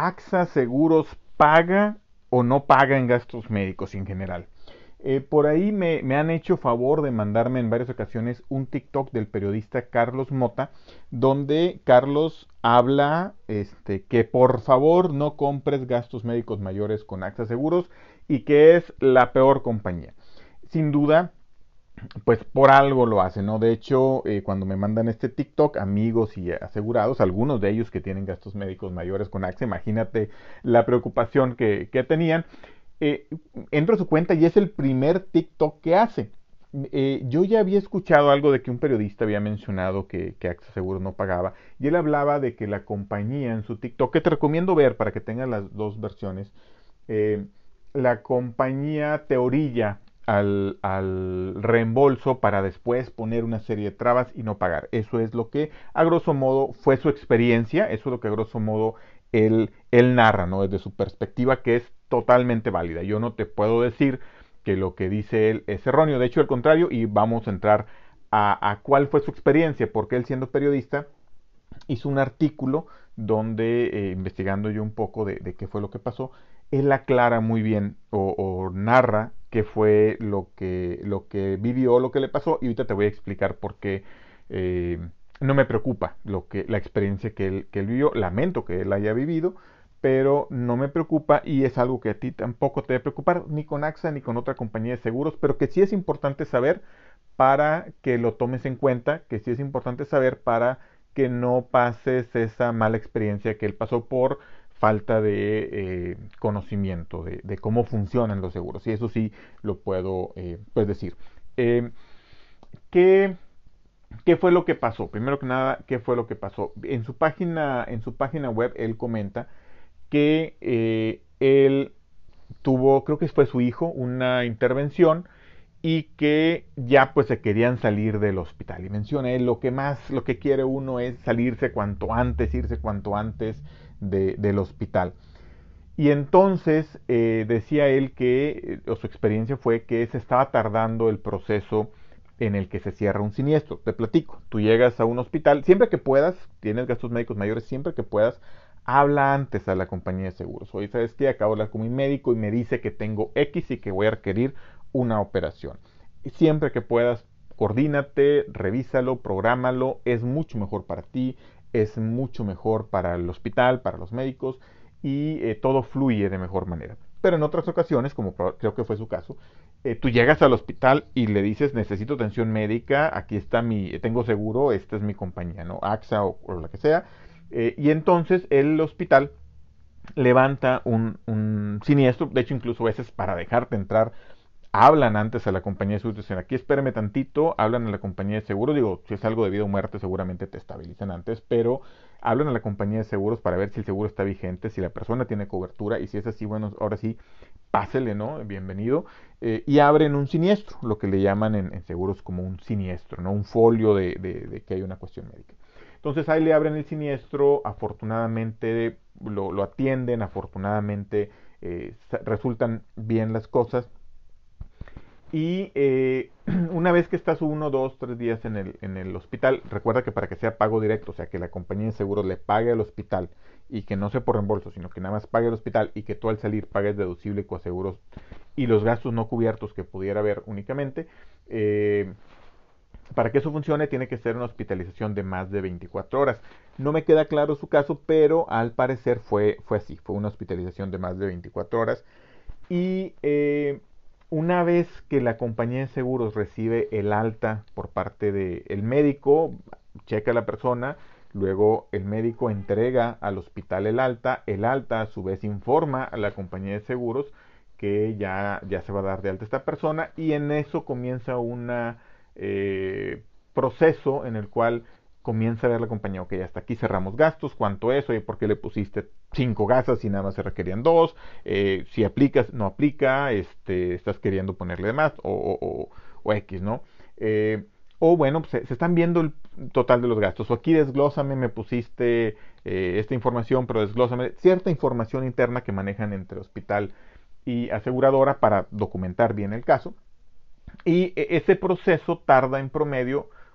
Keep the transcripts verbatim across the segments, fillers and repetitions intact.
AXA Seguros paga o no paga en gastos médicos en general. Eh, por ahí me, me, han hecho favor de mandarme en varias ocasiones un TikTok del periodista Carlos Mota, donde Carlos habla este, que por favor no compres gastos médicos mayores con AXA Seguros y que es la peor compañía. Sin duda, pues por algo lo hacen, ¿no? De hecho, eh, cuando me mandan este TikTok, amigos y asegurados, algunos de ellos que tienen gastos médicos mayores con AXA, imagínate la preocupación que, que tenían, eh, entro a su cuenta y es el primer TikTok que hace. Eh, yo ya había escuchado algo de que un periodista había mencionado que, que AXA Seguros no pagaba y él hablaba de que la compañía en su TikTok, que te recomiendo ver para que tengas las dos versiones, eh, la compañía te orilla al, al, reembolso para después poner una serie de trabas y no pagar. Eso es lo que a grosso modo fue su experiencia, eso es lo que a grosso modo él, él narra, ¿no? Desde su perspectiva, que es totalmente válida. Yo no te puedo decir que lo que dice él es erróneo, de hecho al contrario, y vamos a entrar a, a cuál fue su experiencia, porque él siendo periodista hizo un artículo donde, eh, investigando yo un poco de, de, qué fue lo que pasó, él aclara muy bien o, o narra qué fue lo que, lo que vivió, lo que le pasó, y ahorita te voy a explicar por qué eh, no me preocupa lo que, la experiencia que él, que él vivió. Lamento que él haya vivido, pero no me preocupa y es algo que a ti tampoco te debe preocupar, ni con AXA ni con otra compañía de seguros, pero que sí es importante saber para que lo tomes en cuenta, que sí es importante saber para que no pases esa mala experiencia que él pasó por falta de eh, conocimiento de, de, cómo funcionan los seguros. Y eso sí lo puedo eh, pues decir. Eh, ¿qué, ¿Qué fue lo que pasó? Primero que nada, ¿qué fue lo que pasó? En su página, en su página web él comenta que eh, él tuvo, creo que fue su hijo, una intervención y que ya pues se querían salir del hospital. Y menciona él, lo que más, lo que quiere uno es salirse cuanto antes, irse cuanto antes de, del hospital. Y entonces eh, decía él que, o su experiencia fue que se estaba tardando el proceso en el que se cierra un siniestro. Te platico, tú llegas a un hospital, siempre que puedas, tienes gastos médicos mayores, siempre que puedas, habla antes a la compañía de seguros. Oye, ¿sabes qué? Acabo de hablar con mi médico y me dice que tengo X y que voy a requerir una operación. Y siempre que puedas, coordínate, revísalo, prográmalo, es mucho mejor para ti, es mucho mejor para el hospital, para los médicos y eh, todo fluye de mejor manera. Pero en otras ocasiones, como creo que fue su caso, eh, tú llegas al hospital y le dices, necesito atención médica, aquí está mi, tengo seguro, esta es mi compañía, ¿no? AXA o, o la que sea. Eh, y entonces el hospital levanta un, un siniestro, de hecho incluso a veces para dejarte entrar hablan antes a la compañía de seguros, dicen aquí espérame tantito, hablan a la compañía de seguros, digo, si es algo de vida o muerte seguramente te estabilizan antes, pero hablan a la compañía de seguros para ver si el seguro está vigente, si la persona tiene cobertura y si es así, bueno, ahora sí, pásele, ¿no? Bienvenido. Eh, y abren un siniestro, lo que le llaman en, en seguros como un siniestro, ¿no? Un folio de, de, de que hay una cuestión médica. Entonces ahí le abren el siniestro, afortunadamente lo, lo atienden, afortunadamente eh, resultan bien las cosas. Y eh, una vez que estás uno, dos, tres días en el, en el hospital, recuerda que para que sea pago directo, o sea, que la compañía de seguros le pague al hospital y que no sea por reembolso, sino que nada más pague al hospital y que tú al salir pagues deducible, coaseguros y los gastos no cubiertos que pudiera haber únicamente, eh, para que eso funcione tiene que ser una hospitalización de más de veinticuatro horas. No me queda claro su caso, pero al parecer fue, fue así, fue una hospitalización de más de veinticuatro horas. Y eh, una vez que la compañía de seguros recibe el alta por parte del médico, checa a la persona, luego el médico entrega al hospital el alta, el alta a su vez informa a la compañía de seguros que ya, ya se va a dar de alta esta persona y en eso comienza una eh, proceso en el cual comienza a ver la compañía, ok, hasta aquí cerramos gastos, cuánto es, oye, ¿por qué le pusiste cinco gasas y nada más se requerían dos? Eh, si aplicas, no aplica, este, estás queriendo ponerle de más, o, o, o, o X, ¿no? Eh, o bueno, pues se, se, están viendo el total de los gastos, o aquí desglósame, me pusiste eh, esta información, pero desglósame cierta información interna que manejan entre hospital y aseguradora para documentar bien el caso. Y ese proceso tarda en promedio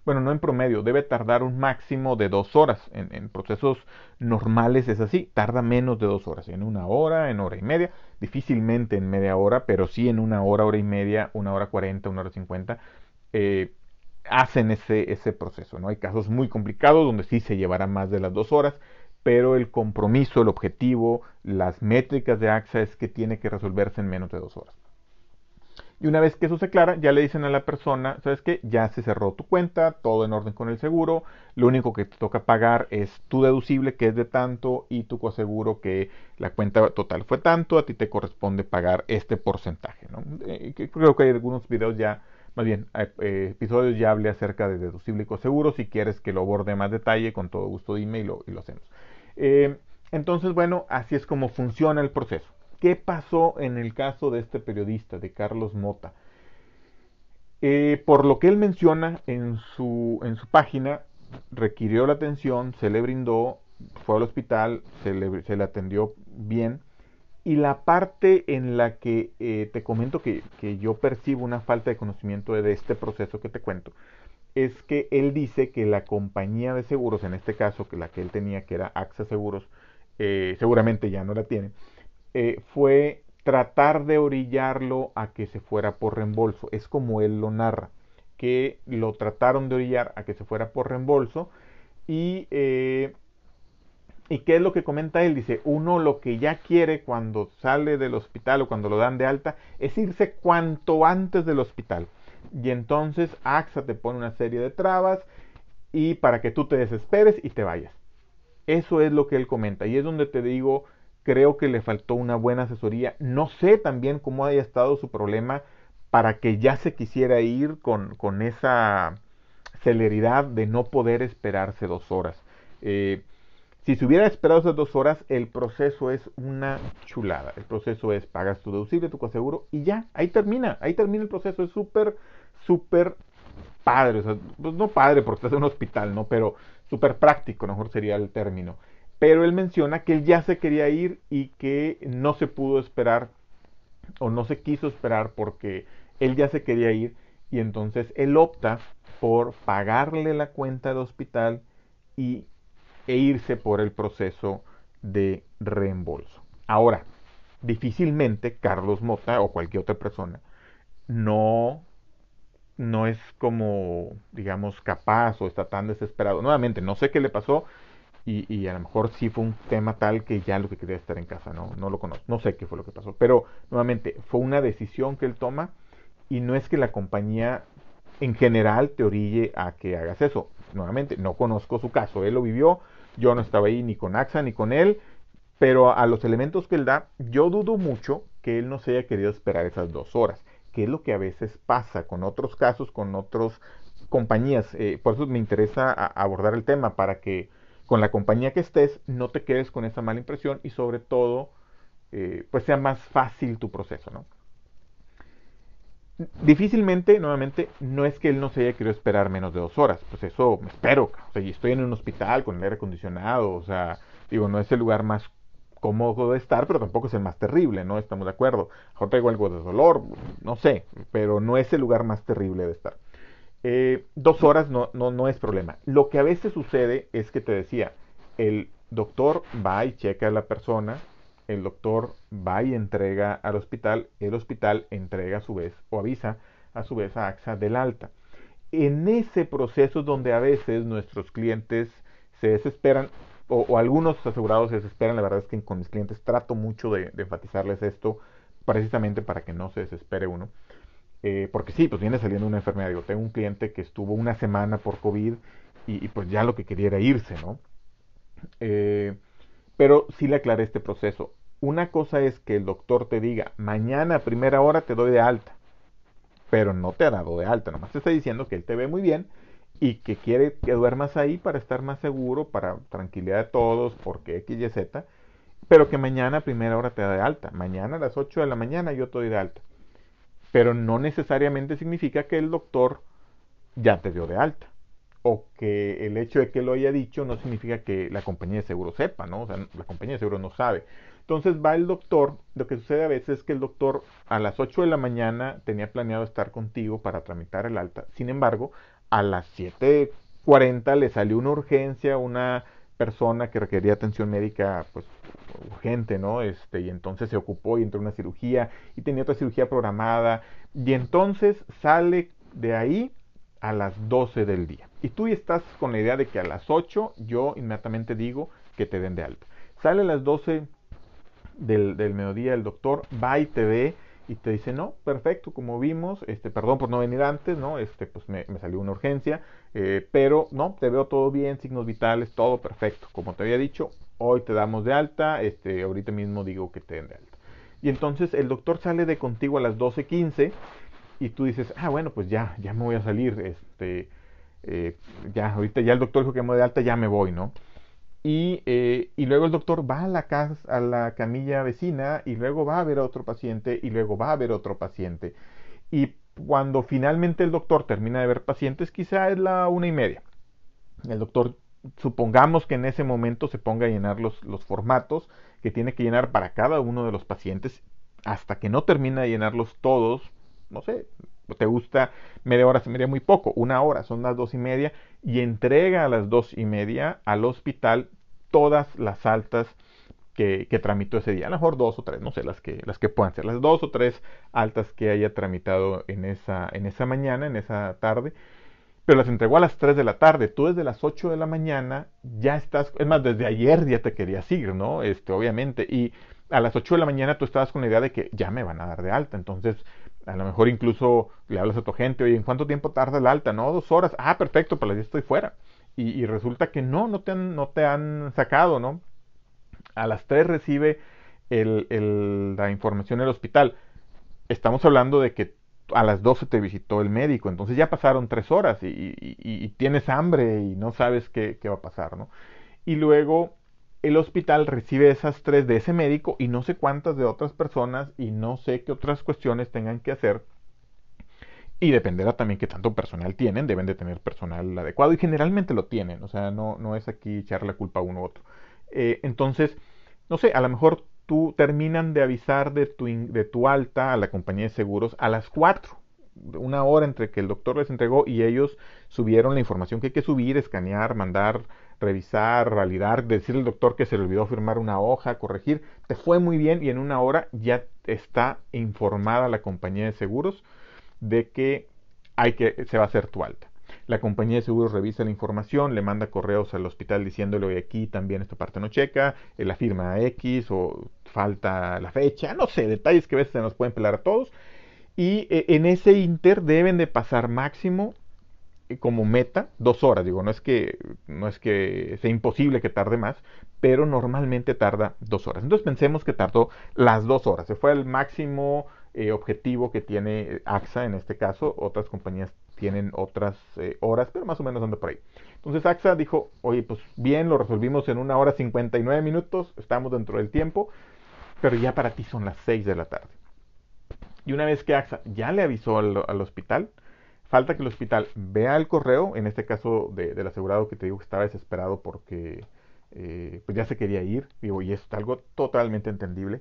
bueno, no en promedio, debe tardar un máximo de dos horas. En, en procesos normales es así, tarda menos de dos horas, en una hora, en hora y media, difícilmente en media hora, pero sí en una hora, hora y media, una hora cuarenta, una hora cincuenta, eh, hacen ese, ese proceso, ¿no? Hay casos muy complicados donde sí se llevará más de las dos horas, pero el compromiso, el objetivo, las métricas de AXA es que tiene que resolverse en menos de dos horas. Y una vez que eso se aclara, ya le dicen a la persona, ¿sabes qué? Ya se cerró tu cuenta, todo en orden con el seguro, lo único que te toca pagar es tu deducible, que es de tanto, y tu coaseguro, que la cuenta total fue tanto, a ti te corresponde pagar este porcentaje, ¿no? Eh, creo que hay algunos videos ya, más bien, eh, episodios ya hablé acerca de deducible y coaseguro. Si quieres que lo aborde más detalle, con todo gusto dime y lo, y lo hacemos. Eh, entonces, bueno, así es como funciona el proceso. ¿Qué pasó en el caso de este periodista, de Carlos Mota? Eh, por lo que él menciona en su, en su página, requirió la atención, se le brindó, fue al hospital, se le, se le atendió bien. Y la parte en la que eh, te comento que, que yo percibo una falta de conocimiento de este proceso que te cuento, es que él dice que la compañía de seguros, en este caso, que la que él tenía, que era AXA Seguros, eh, seguramente ya no la tiene, eh, fue tratar de orillarlo a que se fuera por reembolso. Es como él lo narra, que lo trataron de orillar a que se fuera por reembolso. Y, eh, ¿y qué es lo que comenta él? Dice, uno lo que ya quiere cuando sale del hospital o cuando lo dan de alta es irse cuanto antes del hospital. Y entonces AXA te pone una serie de trabas y para que tú te desesperes y te vayas. Eso es lo que él comenta y es donde te digo, creo que le faltó una buena asesoría. No sé también cómo haya estado su problema para que ya se quisiera ir con, con esa celeridad de no poder esperarse dos horas. Eh, si se hubiera esperado esas dos horas, el proceso es una chulada. El proceso es pagas tu deducible, tu coaseguro y ya, ahí termina, ahí termina el proceso. Es súper, súper padre, o sea, pues no padre porque estás en un hospital, ¿no? Pero súper práctico, mejor sería el término. Pero él menciona que él ya se quería ir y que no se pudo esperar o no se quiso esperar porque él ya se quería ir y entonces él opta por pagarle la cuenta del hospital y, e irse por el proceso de reembolso. Ahora, difícilmente Carlos Mota o cualquier otra persona no no es como, digamos, capaz o está tan desesperado. Nuevamente, no sé qué le pasó y, y a lo mejor sí fue un tema tal que ya lo que quería estar en casa, no, no lo conozco, no sé qué fue lo que pasó. Pero, nuevamente, fue una decisión que él toma y no es que la compañía en general te orille a que hagas eso. Nuevamente, no conozco su caso, él lo vivió, yo no estaba ahí ni con AXA ni con él, pero a los elementos que él da, yo dudo mucho que él no se haya querido esperar esas dos horas, que es lo que a veces pasa con otros casos, con otras compañías. Eh, por eso me interesa a, abordar el tema, para que con la compañía que estés no te quedes con esa mala impresión y sobre todo, eh, pues sea más fácil tu proceso, ¿no? Difícilmente, nuevamente, no es que él no se haya querido esperar menos de dos horas, pues eso me espero, o sea, y estoy en un hospital con el aire acondicionado, o sea, digo, no es el lugar más cómodo de estar, pero tampoco es el más terrible, ¿no? Estamos de acuerdo. Ahora tengo algo de dolor, no sé, pero no es el lugar más terrible de estar. Eh, dos horas no, no, no es problema. Lo que a veces sucede es que te decía, el doctor va y checa a la persona, el doctor va y entrega al hospital, el hospital entrega a su vez o avisa a su vez a AXA del alta. En ese proceso es donde a veces nuestros clientes se desesperan o, o algunos asegurados se desesperan. La verdad es que con mis clientes trato mucho de, de enfatizarles esto precisamente para que no se desespere uno. Eh, porque sí, pues viene saliendo una enfermedad. Digo, tengo un cliente que estuvo una semana por COVID y, y pues ya lo que quería era irse, ¿no? Eh, pero sí le aclaré este proceso. Una cosa es que el doctor te diga, mañana a primera hora te doy de alta, pero no te ha dado de alta, nomás te está diciendo que él te ve muy bien y que quiere que duermas ahí para estar más seguro, para tranquilidad de todos, porque X, Y, Z, pero que mañana a primera hora te da de alta. Mañana a las ocho de la mañana yo te doy de alta. Pero no necesariamente significa que el doctor ya te dio de alta. O que el hecho de que lo haya dicho no significa que la compañía de seguro sepa, ¿no? O sea, la compañía de seguro no sabe. Entonces va el doctor, lo que sucede a veces es que el doctor a las ocho de la mañana tenía planeado estar contigo para tramitar el alta. Sin embargo, A las siete cuarenta le salió una urgencia, una persona que requería atención médica, pues urgente, ¿no? Este, y entonces se ocupó y entró en una cirugía y tenía otra cirugía programada y entonces sale de ahí a las doce del día. Y tú estás con la idea de que a las ocho yo inmediatamente digo que te den de alta. Sale a las doce del, del mediodía el doctor, va y te ve y te dice, no, perfecto, como vimos, este, perdón por no venir antes, ¿no? Este, pues me, me salió una urgencia, eh, pero no, te veo todo bien, signos vitales, todo perfecto. Como te había dicho, hoy te damos de alta, este, ahorita mismo digo que te den de alta. Y entonces el doctor sale de contigo a las doce quince y tú dices, ah, bueno, pues ya, ya me voy a salir, este, eh, ya, ahorita ya el doctor dijo que me voy de alta, ya me voy, ¿no? Y, eh, y luego el doctor va a la casa, a la camilla vecina y luego va a ver a otro paciente y luego va a ver a otro paciente. Y cuando finalmente el doctor termina de ver pacientes, quizá es la una y media. El doctor, supongamos que en ese momento se ponga a llenar los, los formatos que tiene que llenar para cada uno de los pacientes, hasta que no termina de llenarlos todos, no sé, te gusta media hora, se me haría muy poco, una hora, son las dos y media, y entrega a las dos y media al hospital todas las altas que, que tramitó ese día. A lo mejor dos o tres, no sé, las que, las que puedan ser, las dos o tres altas que haya tramitado en esa, en esa mañana, en esa tarde, pero las entregó a las tres de la tarde. Tú desde las ocho de la mañana ya estás, es más, desde ayer ya te querías ir, ¿no? Este, obviamente, y a las ocho de la mañana tú estabas con la idea de que ya me van a dar de alta, entonces a lo mejor incluso le hablas a tu gente, oye, ¿en cuánto tiempo tarda el alta? No, dos horas. Ah, perfecto, para las diez estoy fuera. Y, y resulta que no, no te han, no te han sacado, ¿no? A las tres recibe el, el, la información del hospital. Estamos hablando de que a las doce te visitó el médico, entonces ya pasaron tres horas y, y, y, y tienes hambre y no sabes qué, qué va a pasar, ¿no? Y luego el hospital recibe esas tres de ese médico y no sé cuántas de otras personas y no sé qué otras cuestiones tengan que hacer. Y dependerá también qué tanto personal tienen, deben de tener personal adecuado y generalmente lo tienen, o sea, no, no es aquí echarle la culpa a uno u otro. Eh, entonces, no sé, a lo mejor tú terminan de avisar de tu, de tu alta a la compañía de seguros a las cuatro, una hora entre que el doctor les entregó y ellos subieron la información que hay que subir, escanear, mandar, revisar, validar, decirle al doctor que se le olvidó firmar una hoja, corregir, te fue muy bien y en una hora ya está informada la compañía de seguros de que hay que se va a hacer tu alta. La compañía de seguros revisa la información, le manda correos al hospital diciéndole, oye, aquí también esta parte no checa, eh, la firma X o falta la fecha, no sé, detalles que a veces se nos pueden pelar a todos. Y eh, en ese inter deben de pasar máximo eh, como meta dos horas. Digo, no es que no es que sea imposible que tarde más, pero normalmente tarda dos horas. Entonces pensemos que tardó las dos horas. Se fue el máximo eh, objetivo que tiene AXA en este caso. Otras compañías tienen otras eh, horas, pero más o menos anda por ahí. Entonces AXA dijo, oye, pues bien, lo resolvimos en una hora cincuenta y nueve minutos, estamos dentro del tiempo, pero ya para ti son las seis de la tarde. Y una vez que AXA ya le avisó al, al hospital, falta que el hospital vea el correo, en este caso de, del asegurado que te digo que estaba desesperado porque eh, pues ya se quería ir, digo, y es algo totalmente entendible.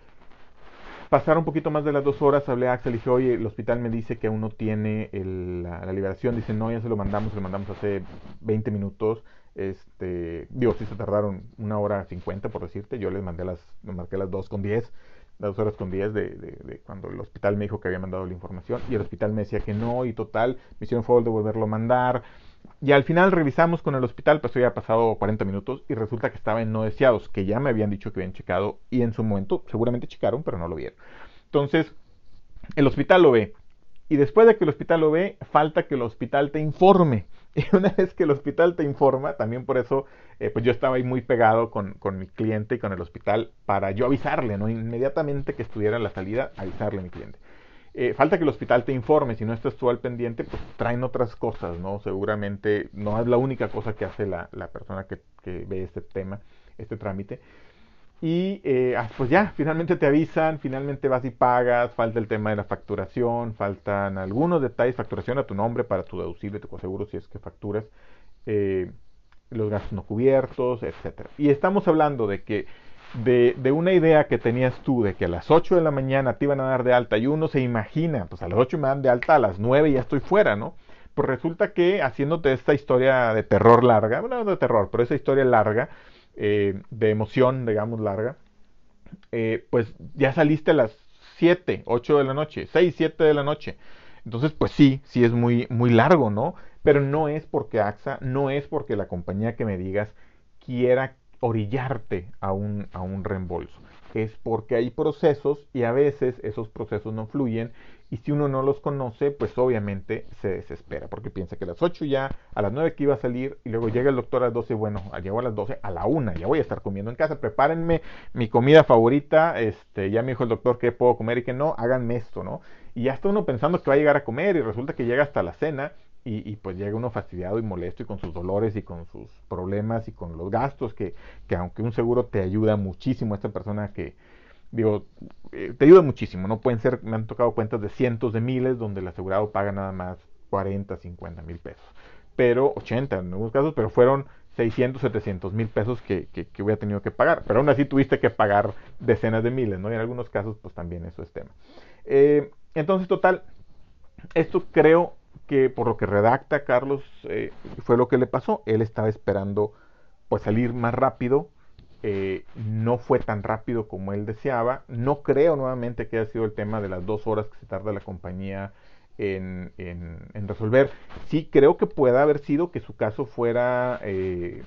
Pasaron un poquito más de las dos horas, hablé a AXA, le dije, oye, el hospital me dice que aún no tiene el, la, la liberación, dice, no, ya se lo mandamos, se lo mandamos hace veinte minutos, este, digo, sí se tardaron una hora cincuenta por decirte, yo les mandé las, me marqué las dos con diez, las dos horas con diez de, de, de cuando el hospital me dijo que había mandado la información, y el hospital me decía que no, y total, me hicieron favor de volverlo a mandar, y al final revisamos con el hospital, pues ya ha pasado cuarenta minutos y resulta que estaba en no deseados, que ya me habían dicho que habían checado y en su momento seguramente checaron, pero no lo vieron. Entonces, el hospital lo ve. Y después de que el hospital lo ve, falta que el hospital te informe. Y una vez que el hospital te informa, también por eso, eh, pues yo estaba ahí muy pegado con, con mi cliente y con el hospital para yo avisarle, ¿no? Inmediatamente que estuviera la salida, avisarle a mi cliente. Eh, falta que el hospital te informe, si no estás tú al pendiente, pues traen otras cosas, ¿no? Seguramente no es la única cosa que hace la, la persona que, que ve este tema, este trámite. Y eh, pues ya, finalmente te avisan, finalmente vas y pagas, falta el tema de la facturación, faltan algunos detalles, facturación a tu nombre para tu deducible, tu seguro si es que facturas, eh, los gastos no cubiertos, etcétera. Y estamos hablando de que de, de una idea que tenías tú de que a las ocho de la mañana te iban a dar de alta y uno se imagina, pues a las ocho me dan de alta, a las nueve ya estoy fuera, ¿no? Pues resulta que haciéndote esta historia de terror larga, bueno, no de terror, pero esa historia larga, eh, de emoción, digamos, larga, eh, pues ya saliste a las siete ocho de la noche, seis siete de la noche. Entonces, pues sí, sí es muy, muy largo, ¿no? Pero no es porque AXA, no es porque la compañía que me digas quiera orillarte a un, a un reembolso. Es porque hay procesos y a veces esos procesos no fluyen y si uno no los conoce, pues obviamente se desespera porque piensa que a las ocho ya, a las nueve que iba a salir y luego llega el doctor a las doce, bueno, llegó a las doce, a la una, ya voy a estar comiendo en casa, prepárenme mi comida favorita, este, ya me dijo el doctor qué puedo comer y qué no, háganme esto, ¿no? Y ya está uno pensando que va a llegar a comer y resulta que llega hasta la cena y, y pues llega uno fastidiado y molesto y con sus dolores y con sus problemas y con los gastos que, que aunque un seguro te ayuda muchísimo, esta persona que, digo, eh, te ayuda muchísimo, no pueden ser, me han tocado cuentas de cientos de miles donde el asegurado paga nada más cuarenta, cincuenta mil pesos, pero ochenta en algunos casos, pero fueron seiscientos, setecientos mil pesos que, que, que hubiera tenido que pagar, pero aún así tuviste que pagar decenas de miles, ¿no? Y en algunos casos, pues también eso es tema. Eh, entonces, total, esto creo que por lo que redacta Carlos, eh, fue lo que le pasó. Él estaba esperando pues salir más rápido. Eh, no fue tan rápido como él deseaba. No creo nuevamente que haya sido el tema de las dos horas que se tarda la compañía en, en, en resolver. Sí creo que puede haber sido que su caso fuera, eh,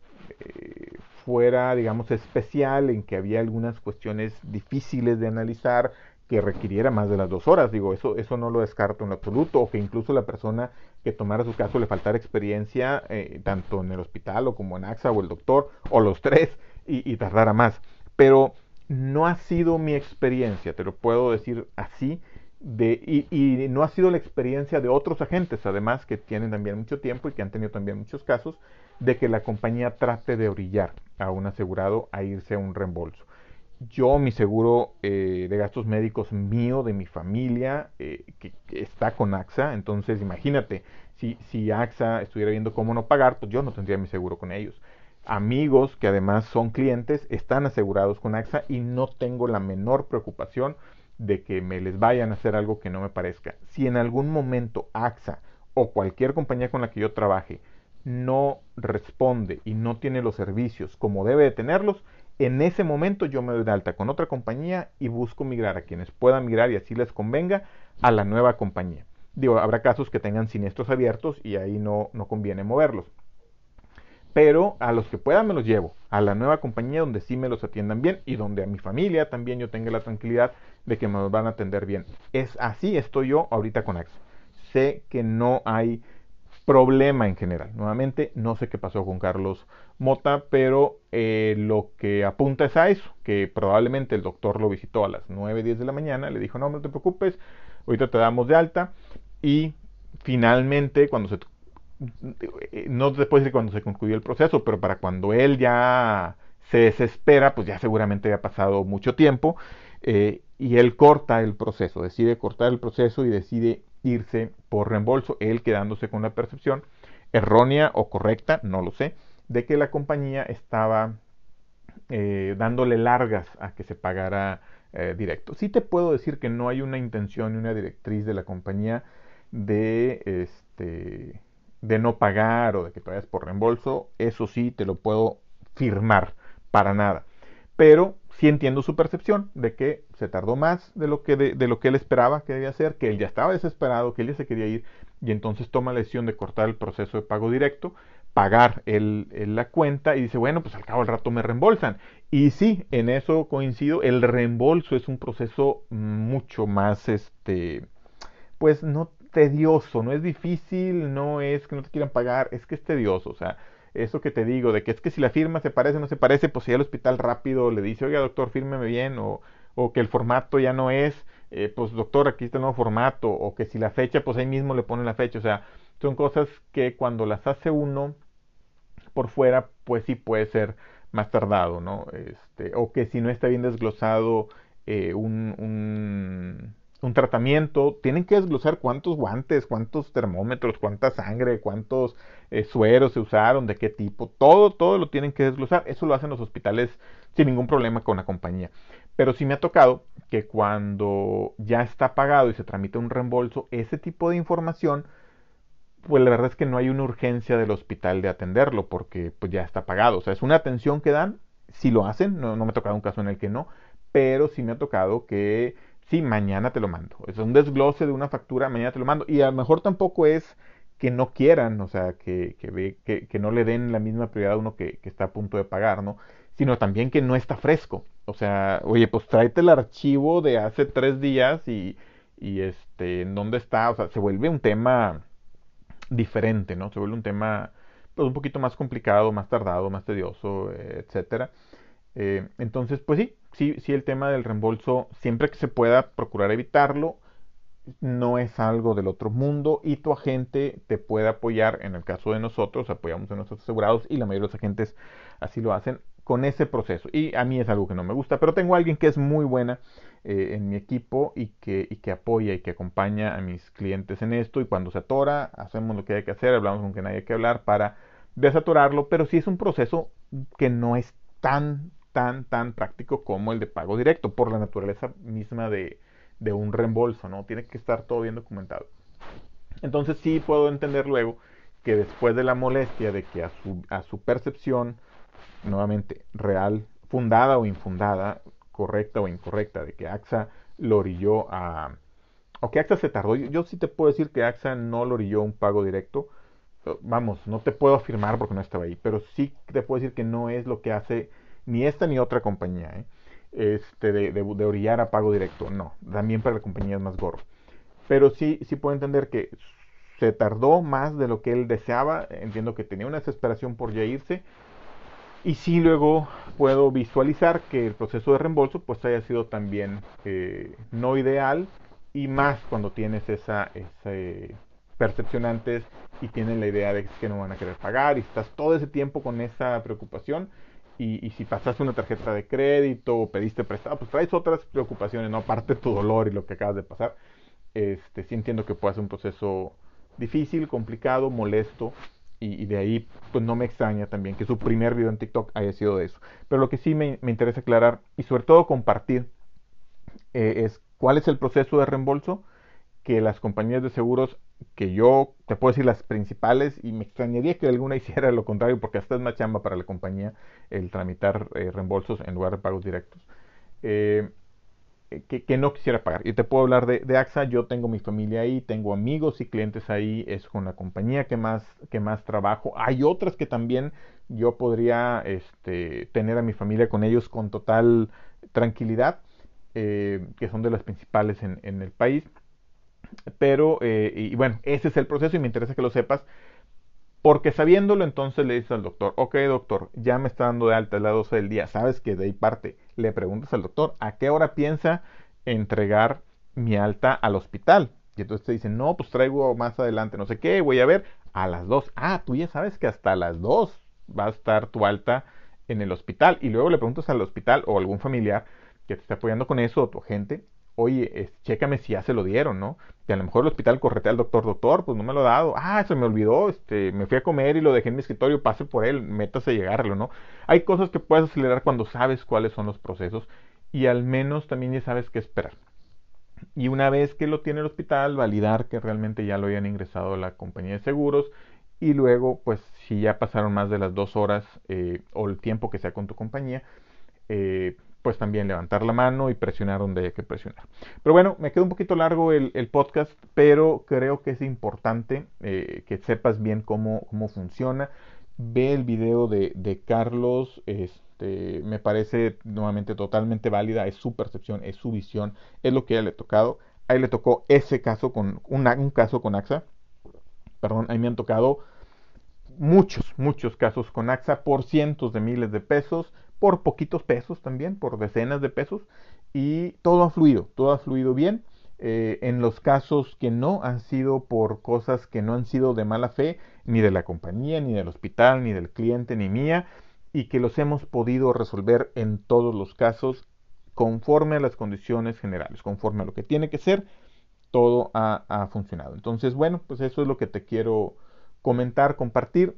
eh, fuera, digamos, especial, en que había algunas cuestiones difíciles de analizar, que requiriera más de las dos horas. Digo, eso, eso no lo descarto en lo absoluto, o que incluso la persona que tomara su caso le faltara experiencia, eh, tanto en el hospital o como en AXA o el doctor, o los tres, y, y tardara más. Pero no ha sido mi experiencia, te lo puedo decir así, de, y, y no ha sido la experiencia de otros agentes, además, que tienen también mucho tiempo y que han tenido también muchos casos, de que la compañía trate de orillar a un asegurado a irse a un reembolso. Yo, mi seguro eh, de gastos médicos mío, de mi familia, eh, que, que está con AXA, entonces imagínate, si, si AXA estuviera viendo cómo no pagar, pues yo no tendría mi seguro con ellos. Amigos que además son clientes están asegurados con AXA y no tengo la menor preocupación de que me les vayan a hacer algo que no me parezca. Si en algún momento AXA o cualquier compañía con la que yo trabaje no responde y no tiene los servicios como debe de tenerlos, en ese momento yo me doy de alta con otra compañía y busco migrar a quienes puedan migrar y así les convenga a la nueva compañía. Digo, habrá casos que tengan siniestros abiertos y ahí no, no conviene moverlos. Pero a los que puedan me los llevo a la nueva compañía donde sí me los atiendan bien y donde a mi familia también yo tenga la tranquilidad de que me los van a atender bien. Es así estoy yo ahorita con AXA. Sé que no hay problema en general. Nuevamente, no sé qué pasó con Carlos Mota, pero eh, lo que apunta es a eso, que probablemente el doctor lo visitó a las nueve diez de la mañana, le dijo, no, no te preocupes, ahorita te damos de alta, y finalmente, cuando se, no te puedo decir cuando se concluyó el proceso, pero para cuando él ya se desespera, pues ya seguramente había pasado mucho tiempo, eh, y él corta el proceso, decide cortar el proceso y decide irse por reembolso, él quedándose con la percepción errónea o correcta, no lo sé, de que la compañía estaba eh, dándole largas a que se pagara eh, directo. Sí te puedo decir que no hay una intención ni una directriz de la compañía de, este, de no pagar o de que te vayas por reembolso, eso sí te lo puedo firmar, para nada. Pero sí entiendo su percepción de que se tardó más de lo que, de, de lo que él esperaba que debía hacer, que él ya estaba desesperado, que él ya se quería ir y entonces toma la decisión de cortar el proceso de pago directo, pagar el, el, la cuenta y dice, bueno, pues al cabo del rato me reembolsan. Y sí, en eso coincido, el reembolso es un proceso mucho más, este, pues no tedioso, no es difícil, no es que no te quieran pagar, es que es tedioso, o sea, eso que te digo, de que es que si la firma se parece o no se parece, pues si el hospital rápido le dice, oiga doctor, fírmeme bien, o, o que el formato ya no es, eh, pues doctor, aquí está el nuevo formato, o que si la fecha, pues ahí mismo le ponen la fecha, o sea, son cosas que cuando las hace uno por fuera, pues sí puede ser más tardado, ¿no? Este, o que si no está bien desglosado eh, un, un, un tratamiento, tienen que desglosar cuántos guantes, cuántos termómetros, cuánta sangre, cuántos eh, sueros se usaron, de qué tipo, todo, todo lo tienen que desglosar. Eso lo hacen los hospitales sin ningún problema con la compañía. Pero sí me ha tocado que cuando ya está pagado y se tramita un reembolso, ese tipo de información pues la verdad es que no hay una urgencia del hospital de atenderlo porque pues ya está pagado. O sea, es una atención que dan, si lo hacen, no, no me ha tocado un caso en el que no, pero sí me ha tocado que sí, mañana te lo mando. Es un desglose de una factura, mañana te lo mando. Y a lo mejor tampoco es que no quieran, o sea, que, que, ve- que, que no le den la misma prioridad a uno que, que está a punto de pagar, ¿no? Sino también que no está fresco. O sea, oye, pues tráete el archivo de hace tres días y, y este, ¿en dónde está? O sea, se vuelve un tema diferente, ¿no? Se vuelve un tema pues un poquito más complicado, más tardado, más tedioso, eh, etcétera. Eh, entonces, pues sí, sí, sí el tema del reembolso, siempre que se pueda procurar evitarlo, no es algo del otro mundo y tu agente te puede apoyar, en el caso de nosotros, apoyamos a nuestros asegurados y la mayoría de los agentes así lo hacen con ese proceso. Y a mí es algo que no me gusta, pero tengo a alguien que es muy buena eh, en mi equipo y que, y que apoya y que acompaña a mis clientes en esto y cuando se atora, hacemos lo que hay que hacer, hablamos con quien hay que hablar para desatorarlo, pero sí es un proceso que no es tan, tan, tan práctico como el de pago directo por la naturaleza misma de, de un reembolso, ¿no? Tiene que estar todo bien documentado. Entonces sí puedo entender luego que después de la molestia de que a su, a su percepción, nuevamente, real, fundada o infundada, correcta o incorrecta, de que AXA lo orilló a... o que AXA se tardó. Yo, yo sí te puedo decir que AXA no lo orilló un pago directo. Vamos, no te puedo afirmar porque no estaba ahí, pero sí te puedo decir que no es lo que hace ni esta ni otra compañía, ¿eh? Este, de, de, de orillar a pago directo, no, también para la compañía es más gorro. Pero sí, sí puedo entender que se tardó más de lo que él deseaba, entiendo que tenía una desesperación por ya irse, y sí luego puedo visualizar que el proceso de reembolso pues haya sido también eh, no ideal, y más cuando tienes esa, esa percepción antes y tienes la idea de que no van a querer pagar y estás todo ese tiempo con esa preocupación. Y, y si pasaste una tarjeta de crédito o pediste prestado, pues traes otras preocupaciones, ¿no? Aparte de tu dolor y lo que acabas de pasar. Este, sí entiendo que puede ser un proceso difícil, complicado, molesto, y, y de ahí pues no me extraña también que su primer video en TikTok haya sido de eso. Pero lo que sí me, me interesa aclarar y sobre todo compartir eh, es cuál es el proceso de reembolso que las compañías de seguros, que yo te puedo decir las principales, y me extrañaría que alguna hiciera lo contrario, porque hasta es más chamba para la compañía el tramitar eh, reembolsos en lugar de pagos directos. Eh, que, que, no quisiera pagar. Y te puedo hablar de, de AXA, yo tengo mi familia ahí, tengo amigos y clientes ahí, es con la compañía que más, que más trabajo. Hay otras que también yo podría este, tener a mi familia con ellos con total tranquilidad, eh, que son de las principales en, en el país. Pero, eh, y bueno, ese es el proceso y me interesa que lo sepas, porque sabiéndolo, entonces le dices al doctor, ok doctor, ya me está dando de alta a las doce del día, sabes que de ahí parte. Le preguntas al doctor, ¿a qué hora piensa entregar mi alta al hospital? Y entonces te dicen, no, pues traigo más adelante, no sé qué, voy a ver, a las dos. Ah, tú ya sabes que hasta las dos va a estar tu alta en el hospital. Y luego le preguntas al hospital o algún familiar que te esté apoyando con eso, o tu agente, oye, es, chécame si ya se lo dieron, ¿no? Y a lo mejor el hospital corretea al doctor, doctor, pues no me lo ha dado. Ah, se me olvidó, este, me fui a comer y lo dejé en mi escritorio, pase por él, métase a llegarlo, ¿no? Hay cosas que puedes acelerar cuando sabes cuáles son los procesos y al menos también ya sabes qué esperar. Y una vez que lo tiene el hospital, validar que realmente ya lo hayan ingresado a la compañía de seguros y luego, pues si ya pasaron más de las dos horas eh, o el tiempo que sea con tu compañía, eh, pues también levantar la mano y presionar donde haya que presionar. Pero bueno, me quedó un poquito largo el, el podcast, pero creo que es importante eh, que sepas bien cómo, cómo funciona. Ve el video de, de Carlos, este, me parece nuevamente totalmente válida, es su percepción, es su visión, es lo que a él le ha tocado. A él le tocó ese caso con una, un caso con AXA, perdón, a mí me han tocado muchos, muchos casos con AXA por cientos de miles de pesos, por poquitos pesos también, por decenas de pesos, y todo ha fluido, todo ha fluido bien. Eh, en los casos que no han sido por cosas que no han sido de mala fe, ni de la compañía, ni del hospital, ni del cliente, ni mía, y que los hemos podido resolver en todos los casos conforme a las condiciones generales, conforme a lo que tiene que ser, todo ha, ha funcionado. Entonces, bueno, pues eso es lo que te quiero comentar, compartir.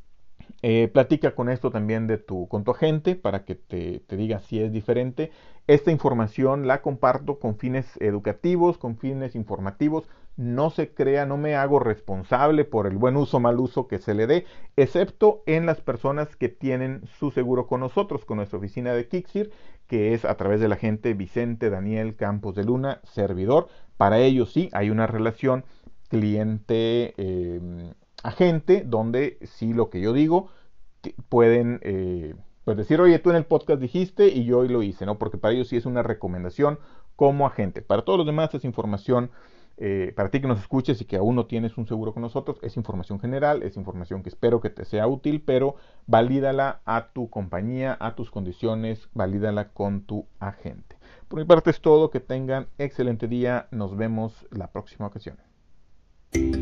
Eh, platica con esto también de tu, con tu agente para que te, te diga si es diferente. Esta información la comparto con fines educativos, con fines informativos. no se crea, no me hago responsable por el buen uso o mal uso que se le dé, excepto en las personas que tienen su seguro con nosotros, con nuestra oficina de Kixir, que es a través de la gente Vicente Daniel Campos de Luna, servidor. Para ellos sí hay una relación cliente eh, agente, donde sí lo que yo digo pueden eh, pues decir, oye, tú en el podcast dijiste y yo hoy lo hice, ¿no? Porque para ellos sí es una recomendación como agente. Para todos los demás es información, eh, para ti que nos escuches y que aún no tienes un seguro con nosotros, es información general, es información que espero que te sea útil, pero valídala a tu compañía, a tus condiciones, valídala con tu agente. Por mi parte es todo, que tengan excelente día, nos vemos la próxima ocasión.